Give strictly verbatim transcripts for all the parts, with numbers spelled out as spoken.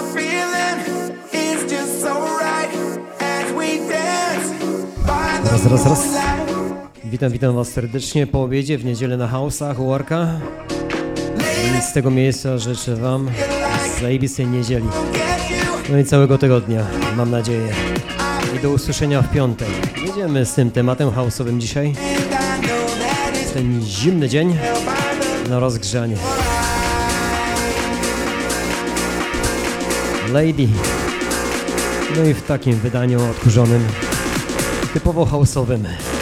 Raz, raz, raz. Witam, witam Was serdecznie po obiedzie w niedzielę na House'ach u Arka. I z tego miejsca życzę Wam zajebistej niedzieli. No i całego tygodnia, mam nadzieję. I do usłyszenia w piątek. Jedziemy z tym tematem house'owym dzisiaj. Ten zimny dzień na rozgrzanie. Lady. No i w takim wydaniu odkurzonym, typowo house'owym.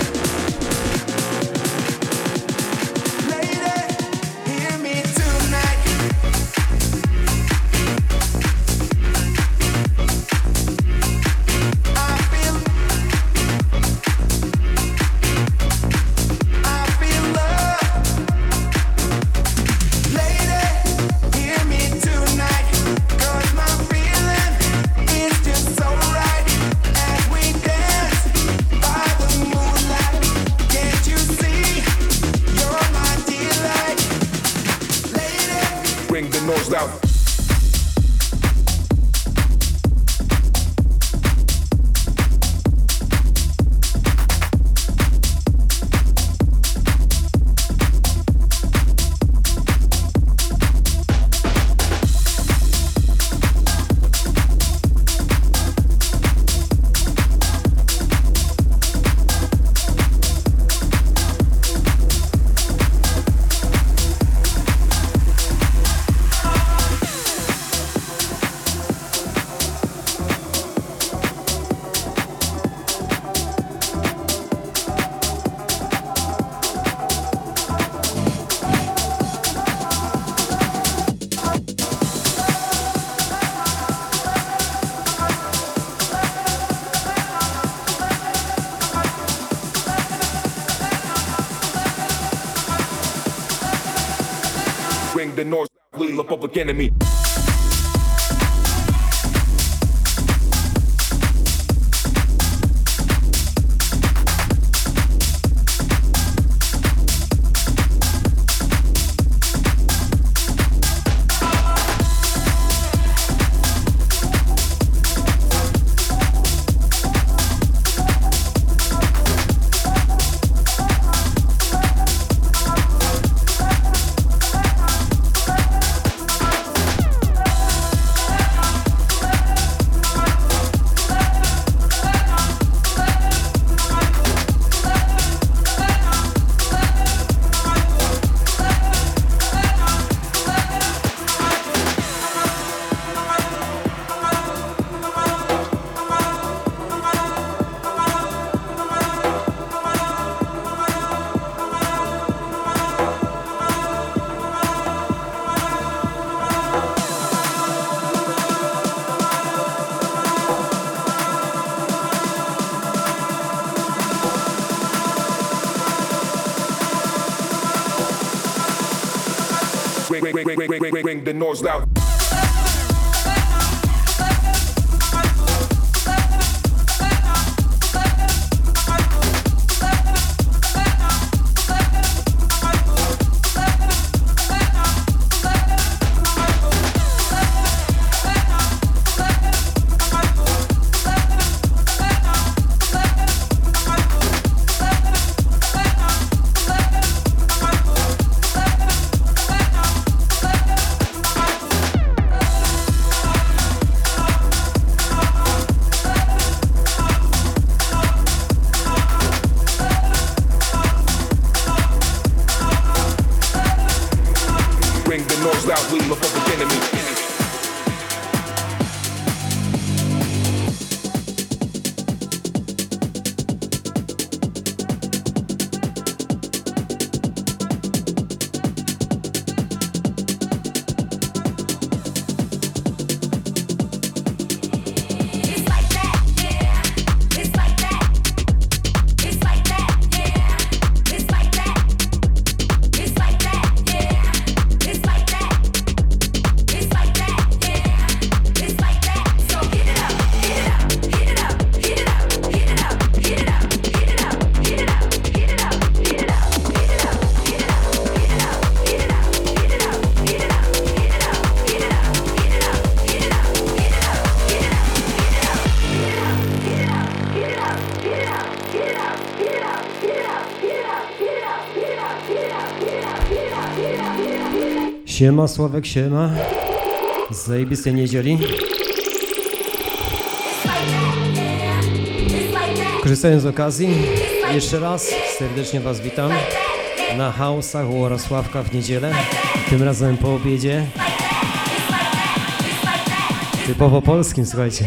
The North lead the public enemy. Ring, ring, ring, ring, ring, ring, ring the noise loud. Siema Sławek, siema. Z zajebistej niedzieli. Korzystając z okazji, jeszcze raz serdecznie Was witam na House'ach u Orosławka w niedzielę. Tym razem po obiedzie. Typowo polskim, słuchajcie.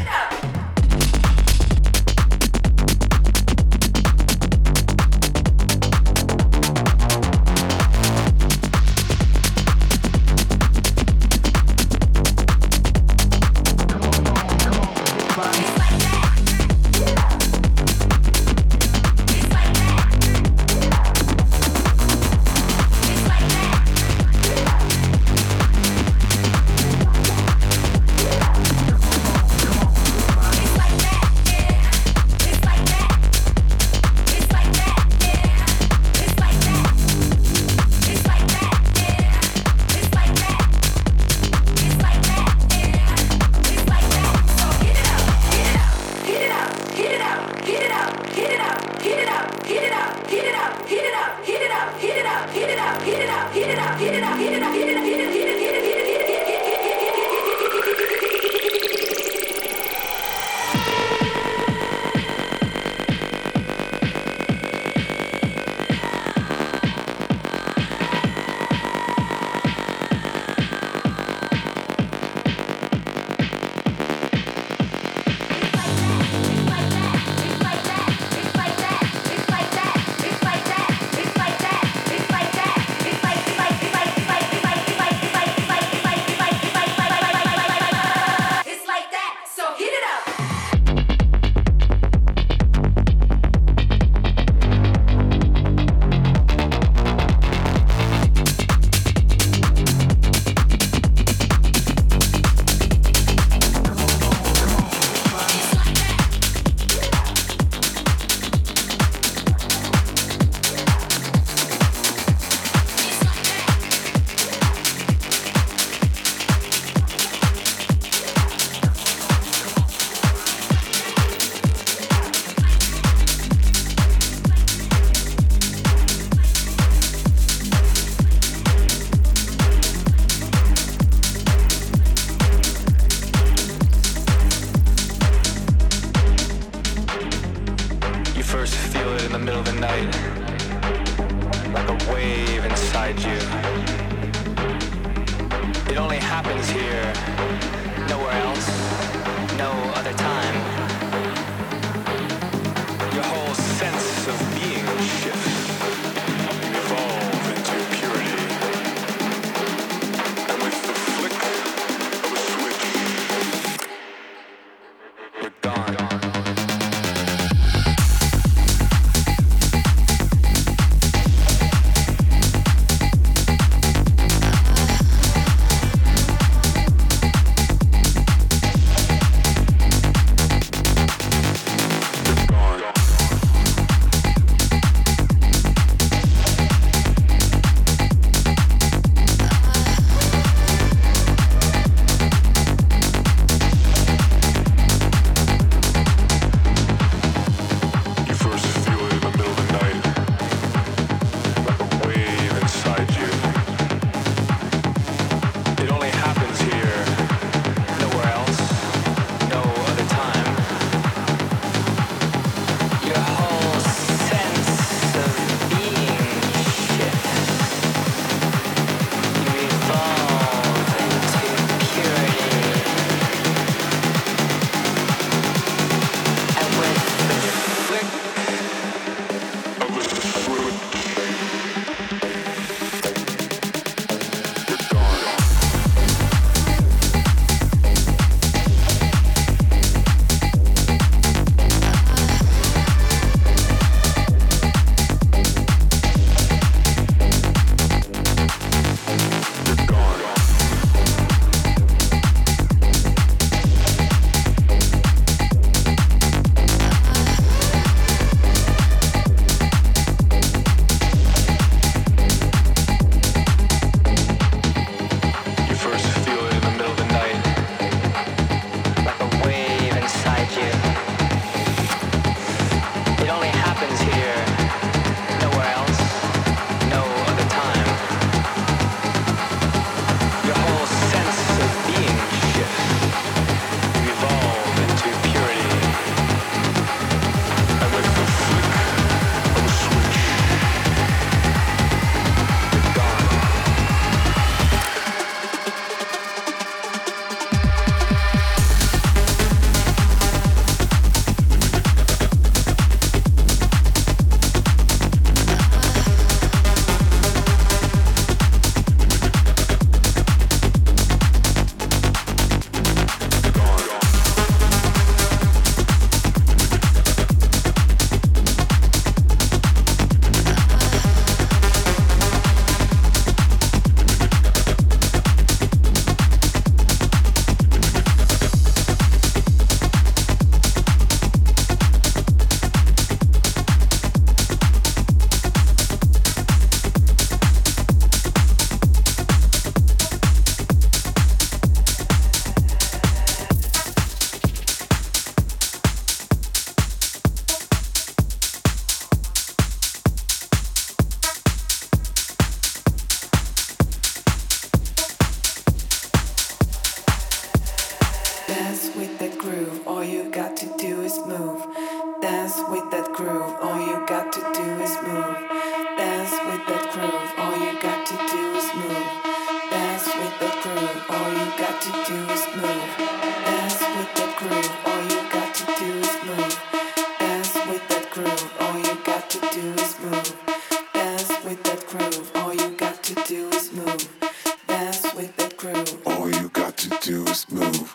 Dance with that groove, all you got to do is move. Dance with that groove, all you got to do is move. Dance with that groove, all you got to do is move. Dance with that groove, all you got to do is move. Dance with that groove, all you got to do is move. Dance with that groove, all you got to do is move. Dance with that groove, all you got to do is move. Dance with that groove, all you got to do is move.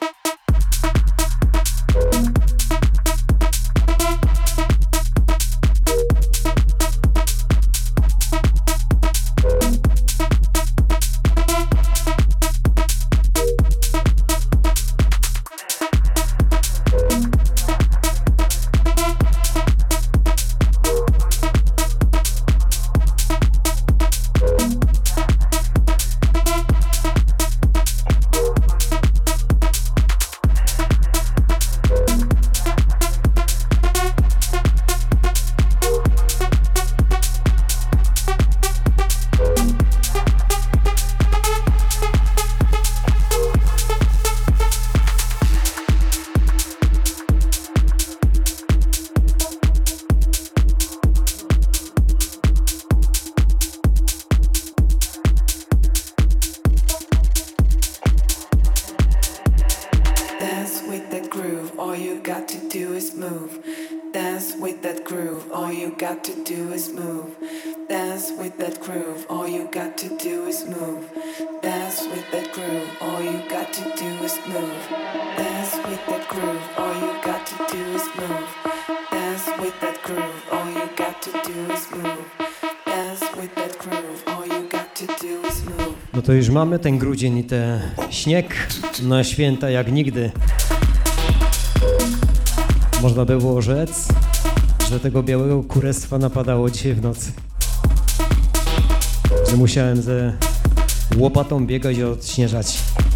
No to już mamy ten grudzień i ten śnieg na święta jak nigdy. Można by było rzec, że tego białego kurestwa napadało dzisiaj w nocy. Że musiałem ze łopatą biegać i odśnieżać.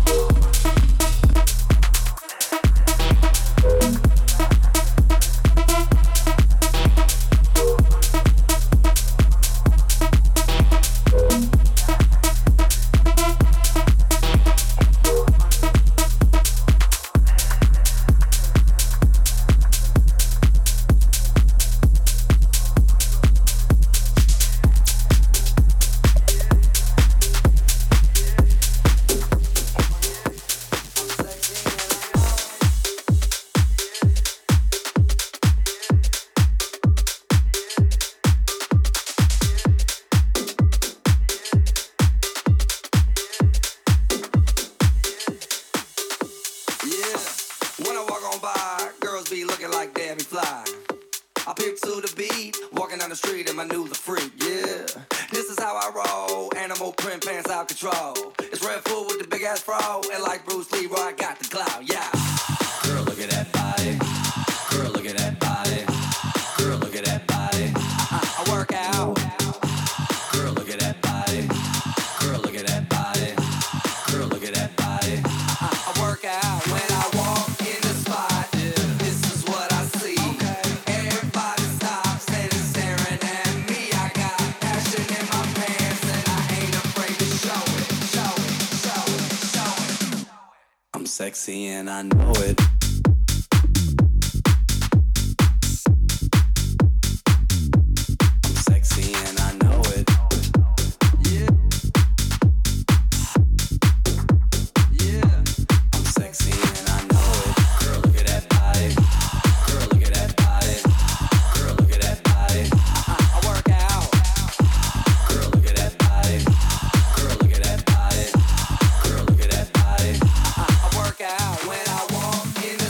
Sexy and I know it. I'm sexy and I know it. Yeah. Yeah. I'm sexy and I know it. Girl, look at that body. Girl, look at that body. Girl, look at that body. I, I work out. Girl, look at that body. Girl, look at that body. Girl, look at that body. I, I work out when I walk in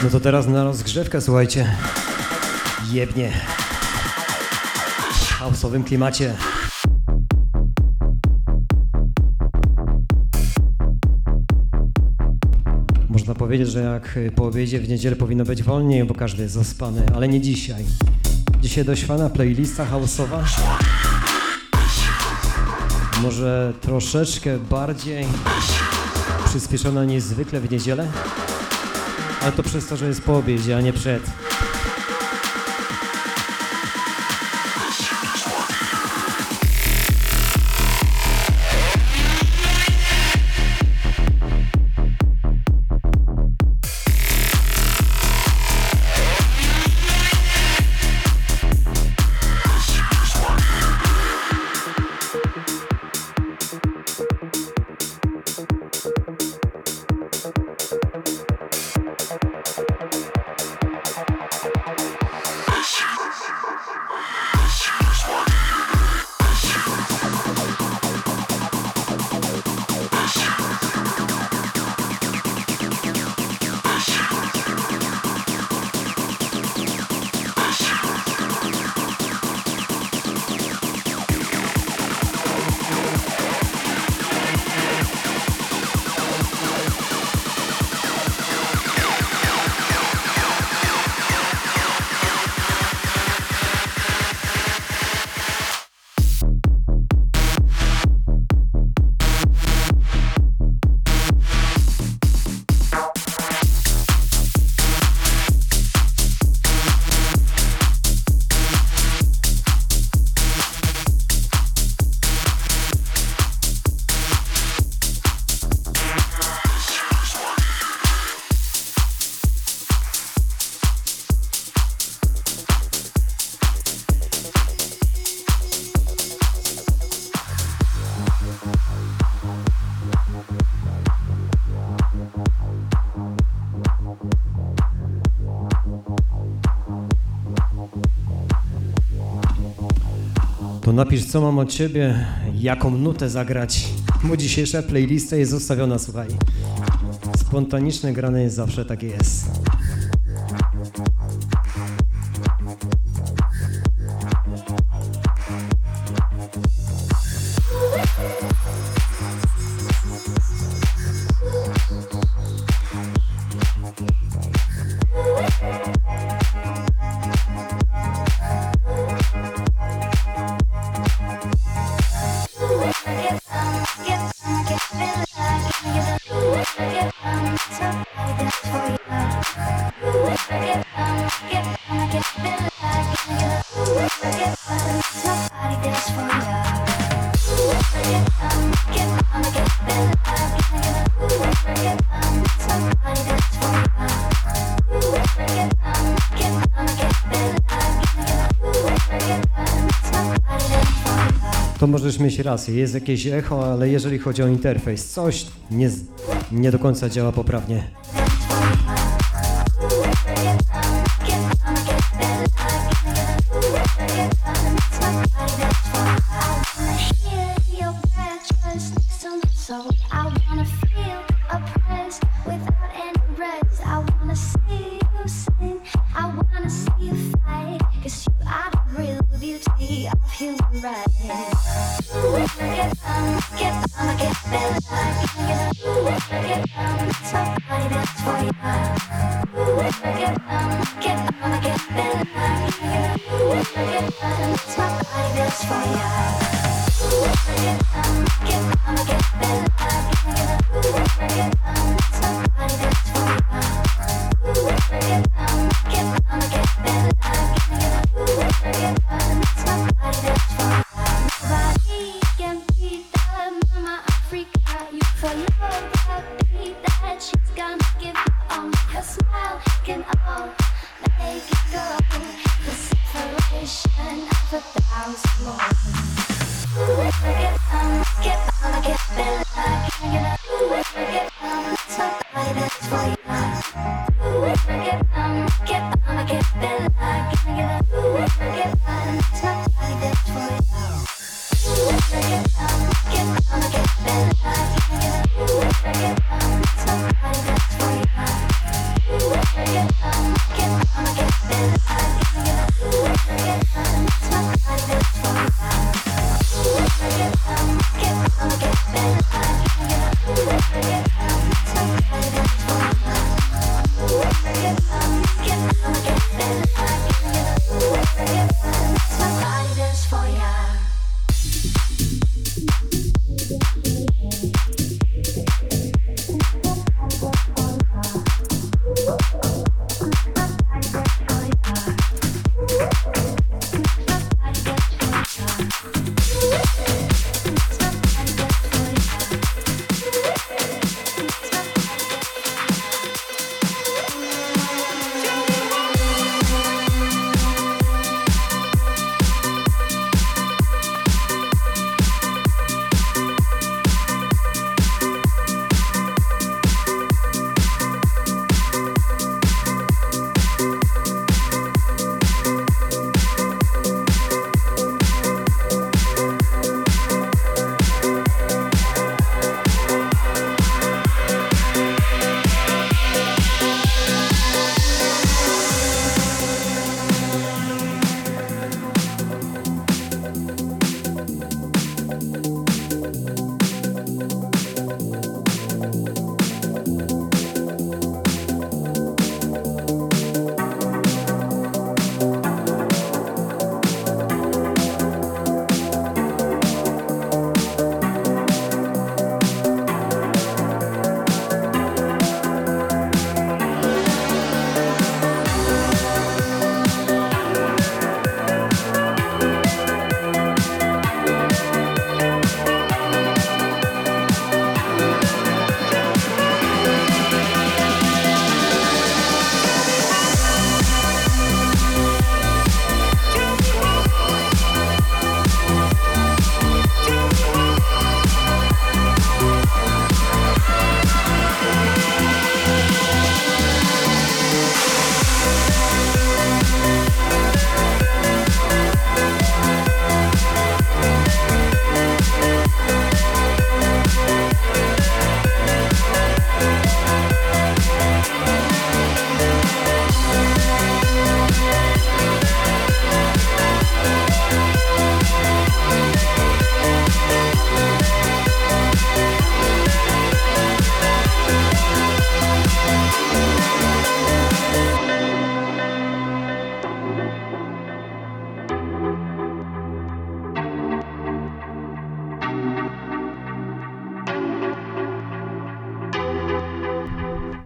No to teraz na rozgrzewkę, słuchajcie. Jebnie. W house'owym klimacie. Można powiedzieć, że jak po obiedzie w niedzielę powinno być wolniej, bo każdy jest zaspany, ale nie dzisiaj. Dzisiaj dość fajna playlista house'owa. Może troszeczkę bardziej przyspieszona niż zwykle w niedzielę, ale to przez to, że jest po obiedzie, a nie przed. To napisz, co mam od ciebie, jaką nutę zagrać, bo dzisiejsza playlista jest zostawiona, słuchaj. Spontaniczne grane jest zawsze, takie jest. To możesz mieć rację, jest jakieś echo, ale jeżeli chodzi o interfejs, coś nie, nie do końca działa poprawnie. Yeah.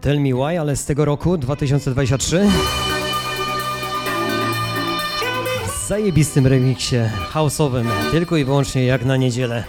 Tell Me Why, ale z tego roku, dwa tysiące dwudziestego trzeciego. W zajebistym remiksie house'owym, tylko i wyłącznie jak na niedzielę.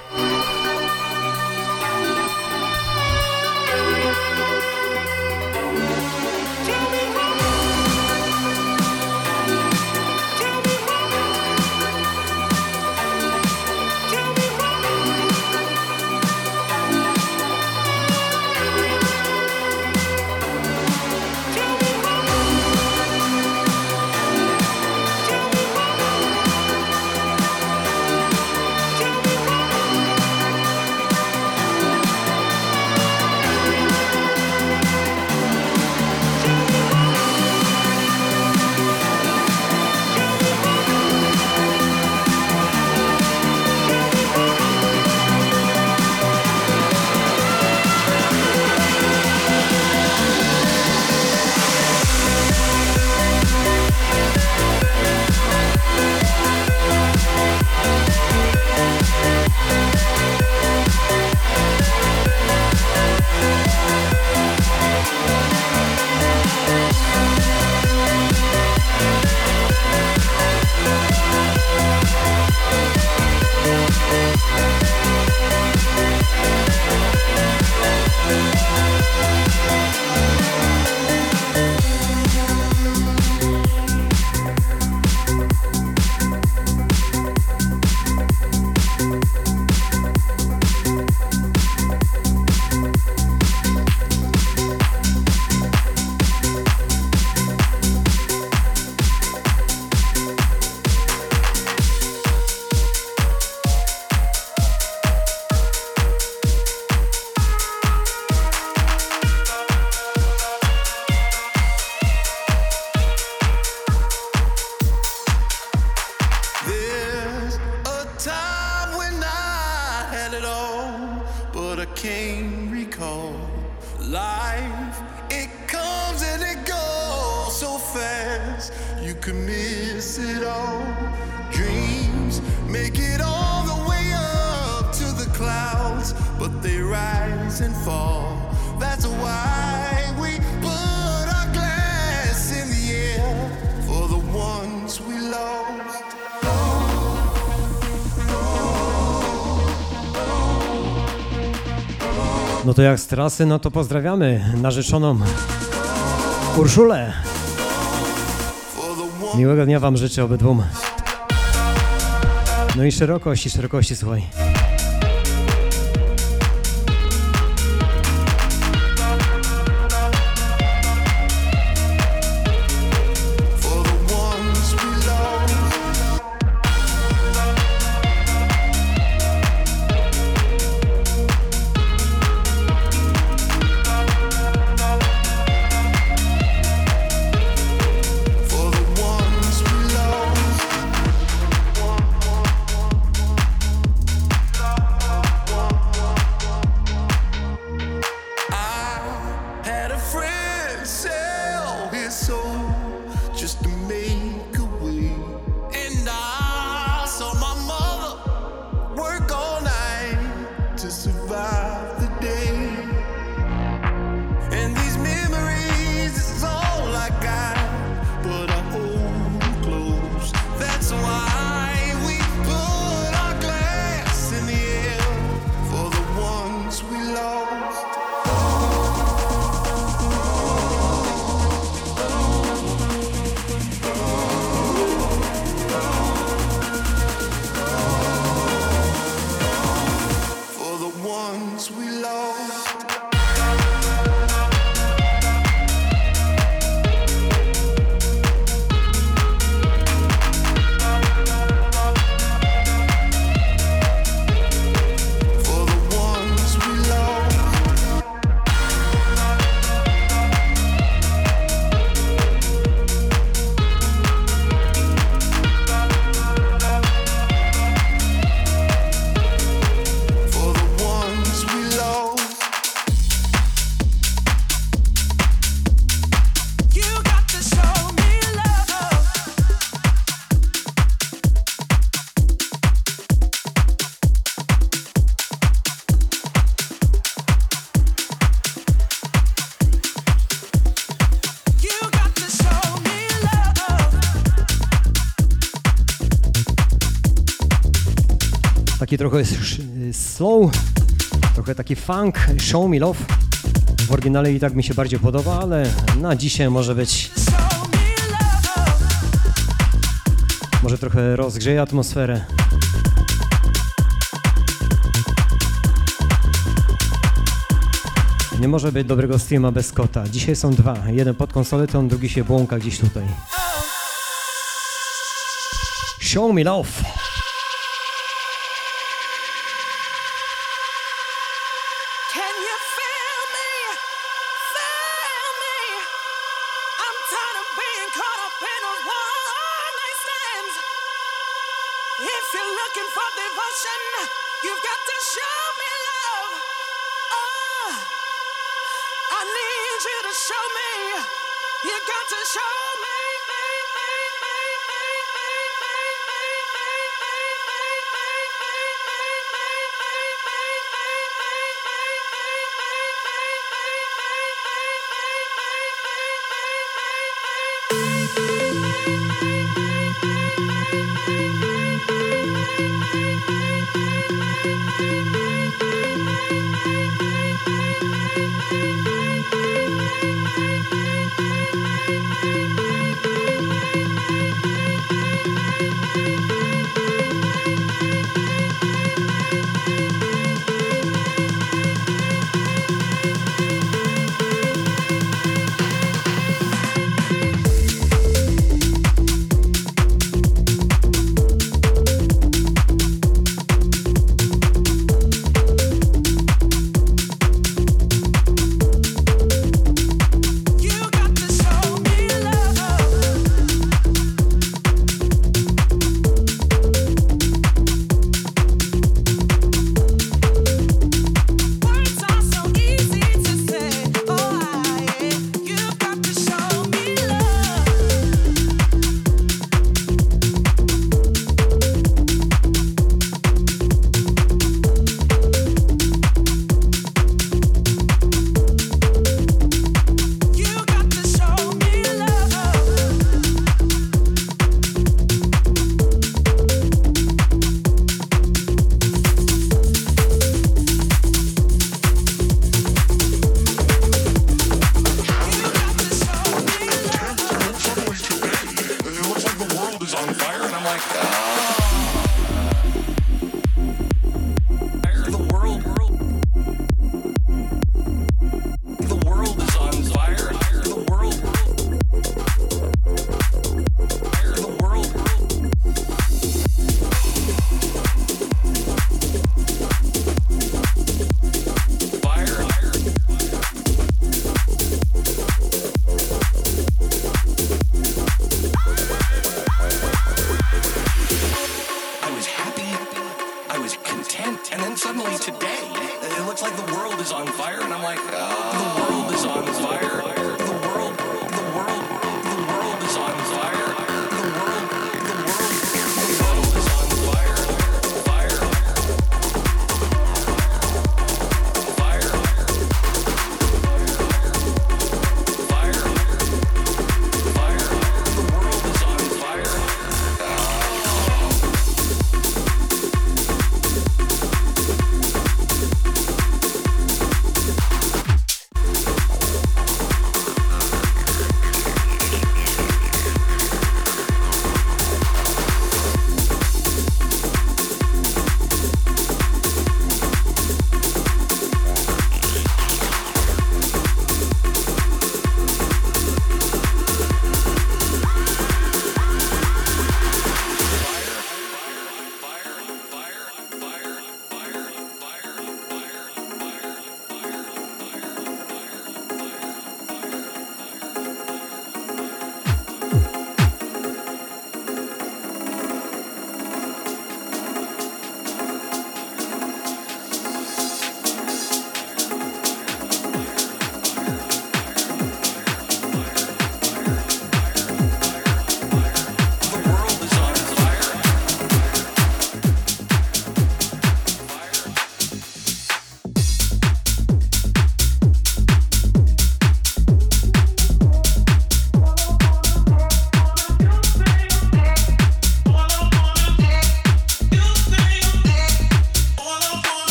No to jak z trasy, no to pozdrawiamy narzeczoną Urszulę. Miłego dnia wam życzę obydwóm. No i szerokości, szerokości, słuchaj. taki trochę slow, trochę taki funk, Show Me Love. W oryginale i tak mi się bardziej podoba, ale na dzisiaj może być... Może trochę rozgrzeje atmosferę. Nie może być dobrego streama bez kota. Dzisiaj są dwa. Jeden pod konsoletą, drugi się błąka gdzieś tutaj. Show Me Love. Can you feel me? Feel me? I'm tired of being caught up in those one-night stands. If you're looking for devotion, you've got to show me love. Oh, I need you to show me. You got to show me.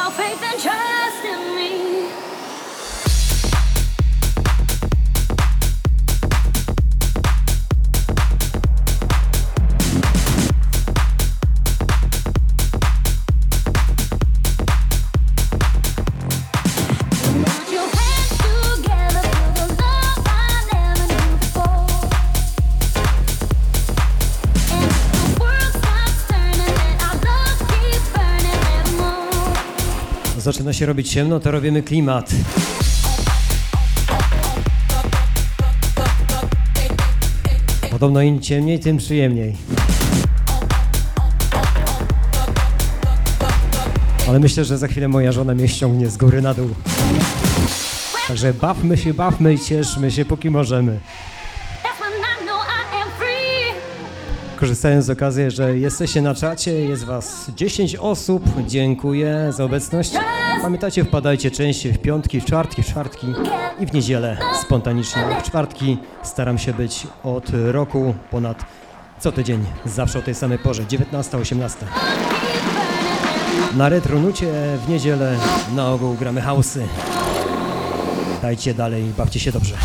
your faith and trust in me. Put your hands together for the love I never knew before. And the world stops turning and our love keeps burning evermore. Zaczyna się robić ciemno, to robimy klimat. Podobno im ciemniej, tym przyjemniej. Ale myślę, że za chwilę moja żona mnie ściągnie z góry na dół. Także bawmy się, bawmy i cieszmy się, póki możemy. That's when I know I am free. Korzystając z okazji, że jesteście na czacie, jest was dziesięć osób, dziękuję za obecność. Pamiętajcie, wpadajcie częściej w piątki, w czwartki, w czwartki i w niedzielę spontanicznie. W czwartki staram się być od roku ponad co tydzień, zawsze o tej samej porze, dziewiętnasta osiemnasta. Na Retronucie w niedzielę na ogół gramy house'y. Dajcie dalej, bawcie się dobrze.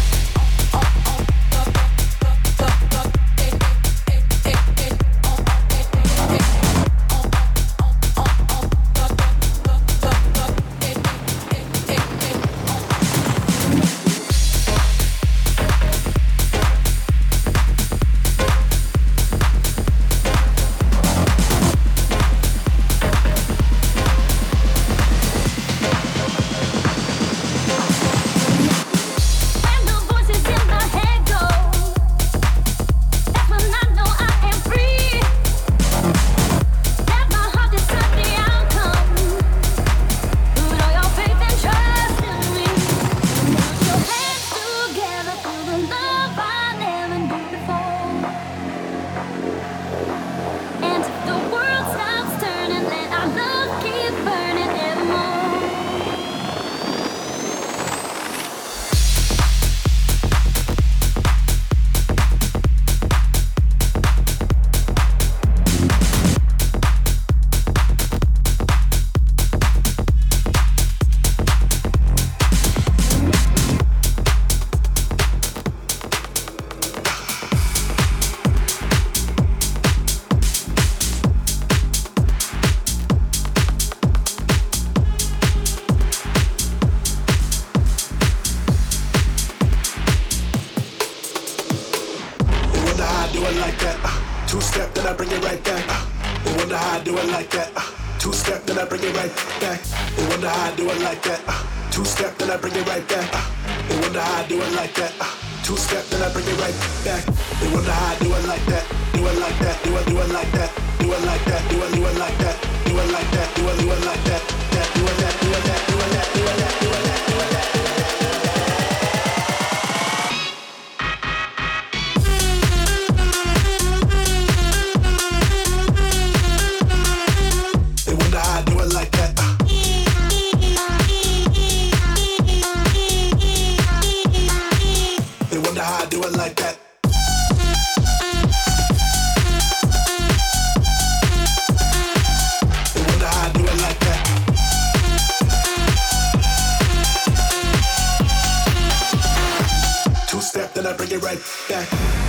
When the voices in my head go, that's when I know I am free. Let my heart decide the outcome. Put all your faith and trust in me. Put your hands together for the love I never knew before. And if the world stops turning, let our love keep burning evermore. They wonder how I do it like that. Uh, two step, then I bring it right back. Uh, they wonder how I do it like that. Uh, two step, then I bring it right back. They wonder how I do it like that. Uh, two step, then I bring it right back. Uh, they wonder how I do it like that. Uh, two step, then I bring it right back. They wonder how I do it like that. Do it like that. Do it, do it like that. Do it like that. Do it, do it like that. Do it like that. Do it, do it like that. That, do it that. Do it that. Do it that. Do it that. Do it that. Do it that. They wonder how I do it like that. Uh. They wonder how I do it like that. They wonder how I do it like that. Two step, then I bring it right back.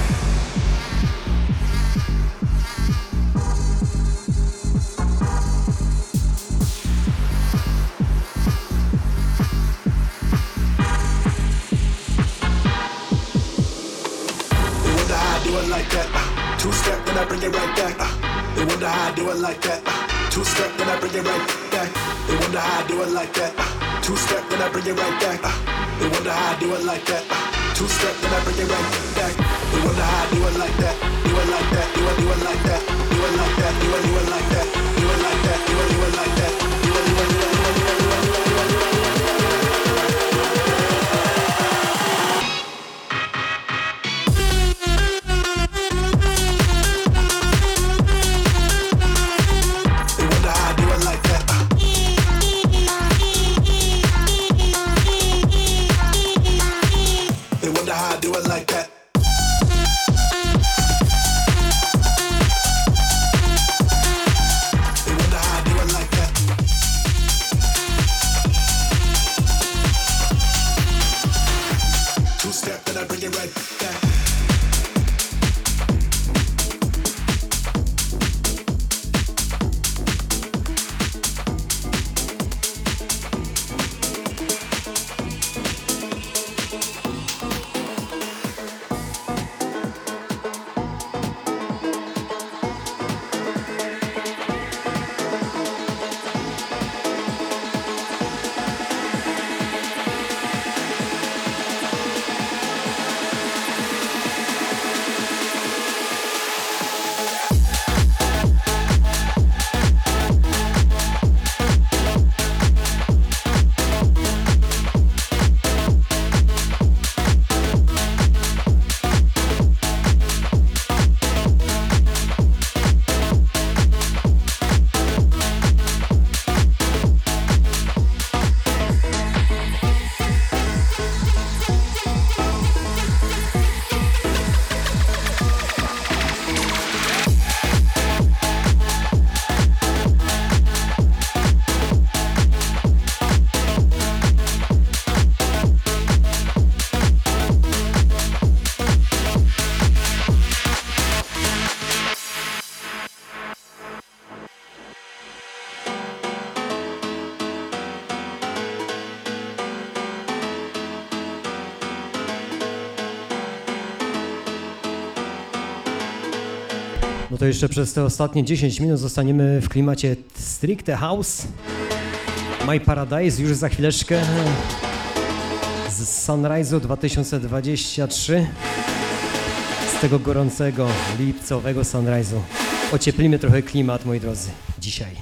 They wonder how I do it like that. Uh, two step, then I bring it right back. Uh, they wonder how I do it like that. Uh, two step, then I bring it right back. They wonder how I do it like that. Uh, two step, then I bring it right back. Uh, they wonder how I do it like that. Uh, two step, then I bring it right back. They wonder how I do it like that. Do it like that. Do it, do it like that. Do it like that. Do it, do it like that. Do it like that. Do it, do it like that. Do it, do it, do it, do it, do it, do it, do it, do it, do it, do it. They wonder how I do it like that. Uh. They wonder how I do it like that. right back. No to jeszcze przez te ostatnie dziesięć minut zostaniemy w klimacie stricte house. My Paradise już za chwileczkę z Sunrise'u dwa tysiące dwudziestego trzeciego, z tego gorącego, lipcowego Sunrise'u. Ocieplimy trochę klimat, moi drodzy, dzisiaj.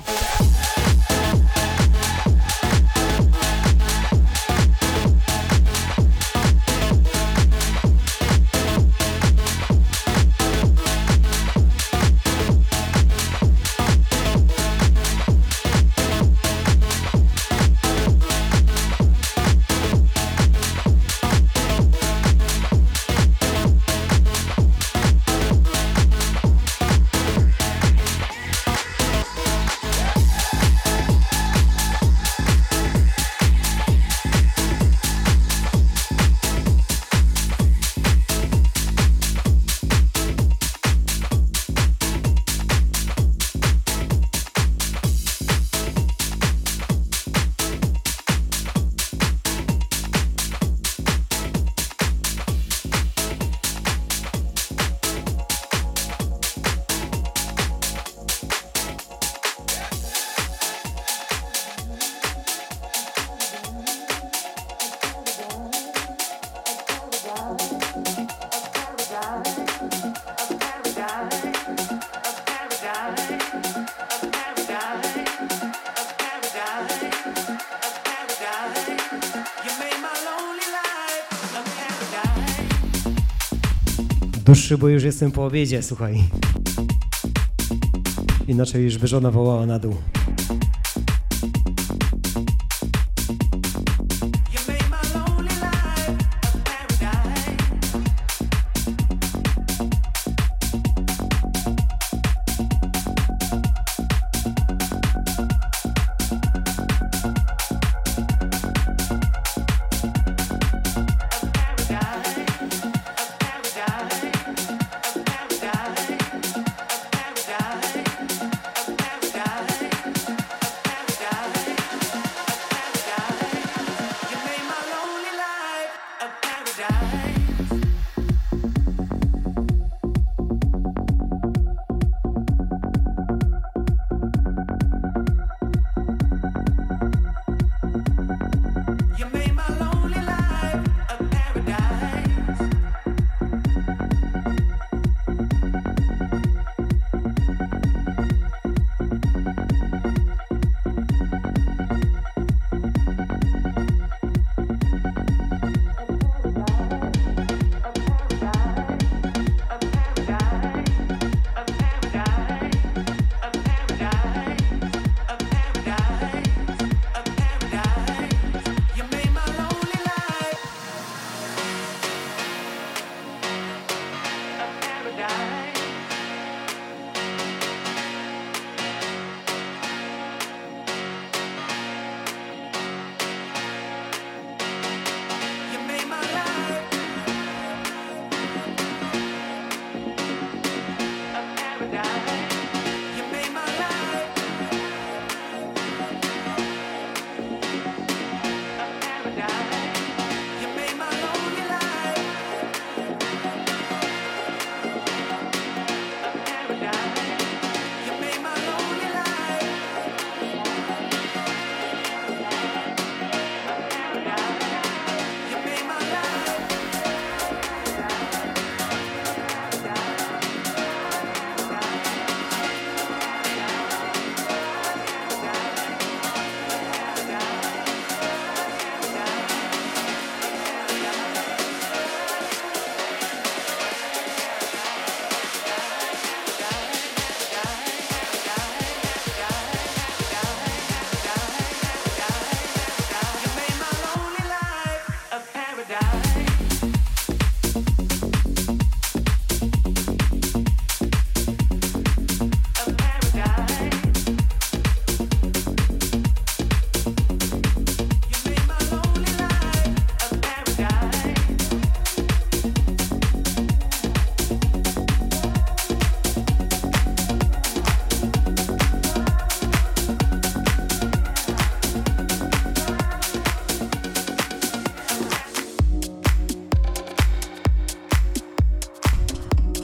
Dłuższy, bo już jestem po obiedzie, słuchaj. Inaczej już by żona wołała na dół.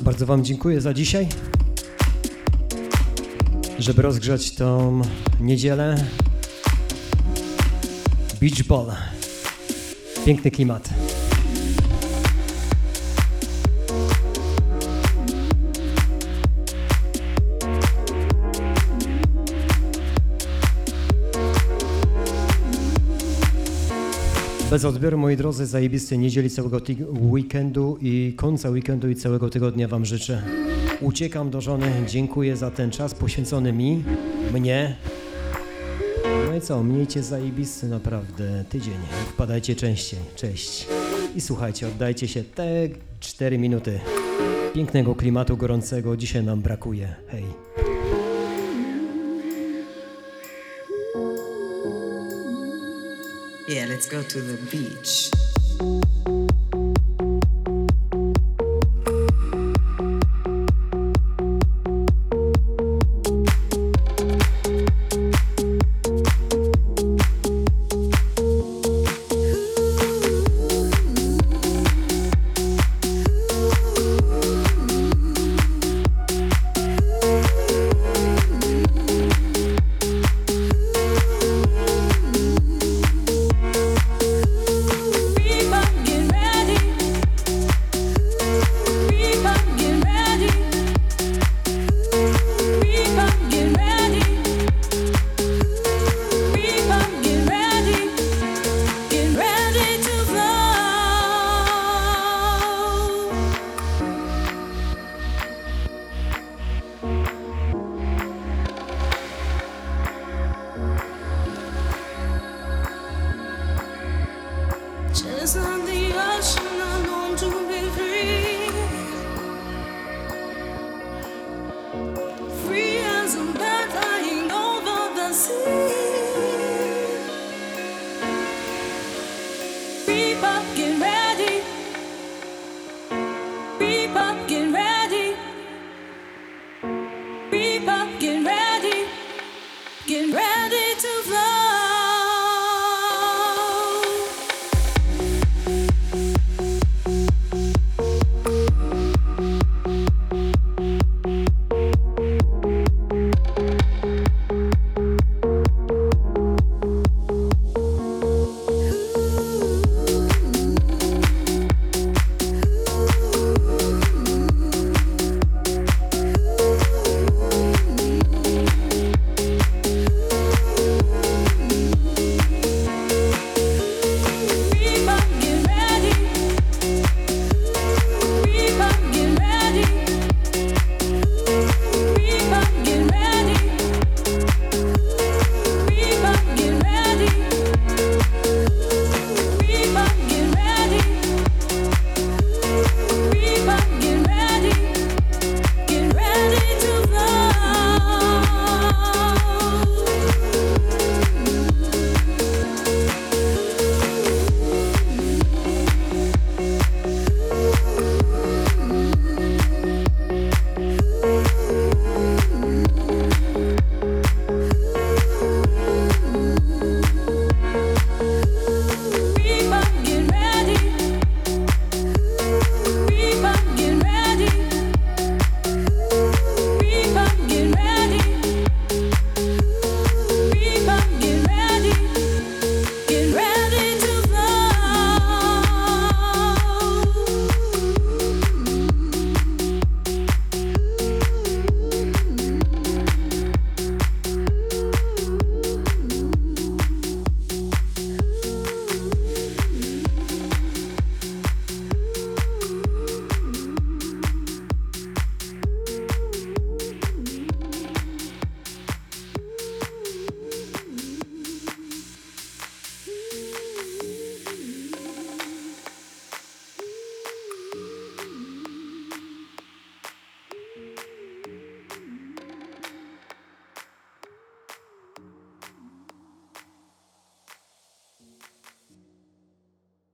Bardzo Wam dziękuję za dzisiaj. Żeby rozgrzać tą niedzielę. Beach Ball. Piękny klimat. Bez odbioru, moi drodzy, zajebistej niedzieli, całego ty- weekendu i końca weekendu i całego tygodnia Wam życzę. Uciekam do żony, dziękuję za ten czas poświęcony mi, mnie. No i co, miejcie zajebisty naprawdę tydzień. Wpadajcie częściej, cześć. I słuchajcie, oddajcie się te cztery minuty pięknego klimatu gorącego, dzisiaj nam brakuje. Hej. Yeah, let's go to the beach. Just on the ocean, I long to be free. Free as a bird flying over the sea. People get ready. People get ready.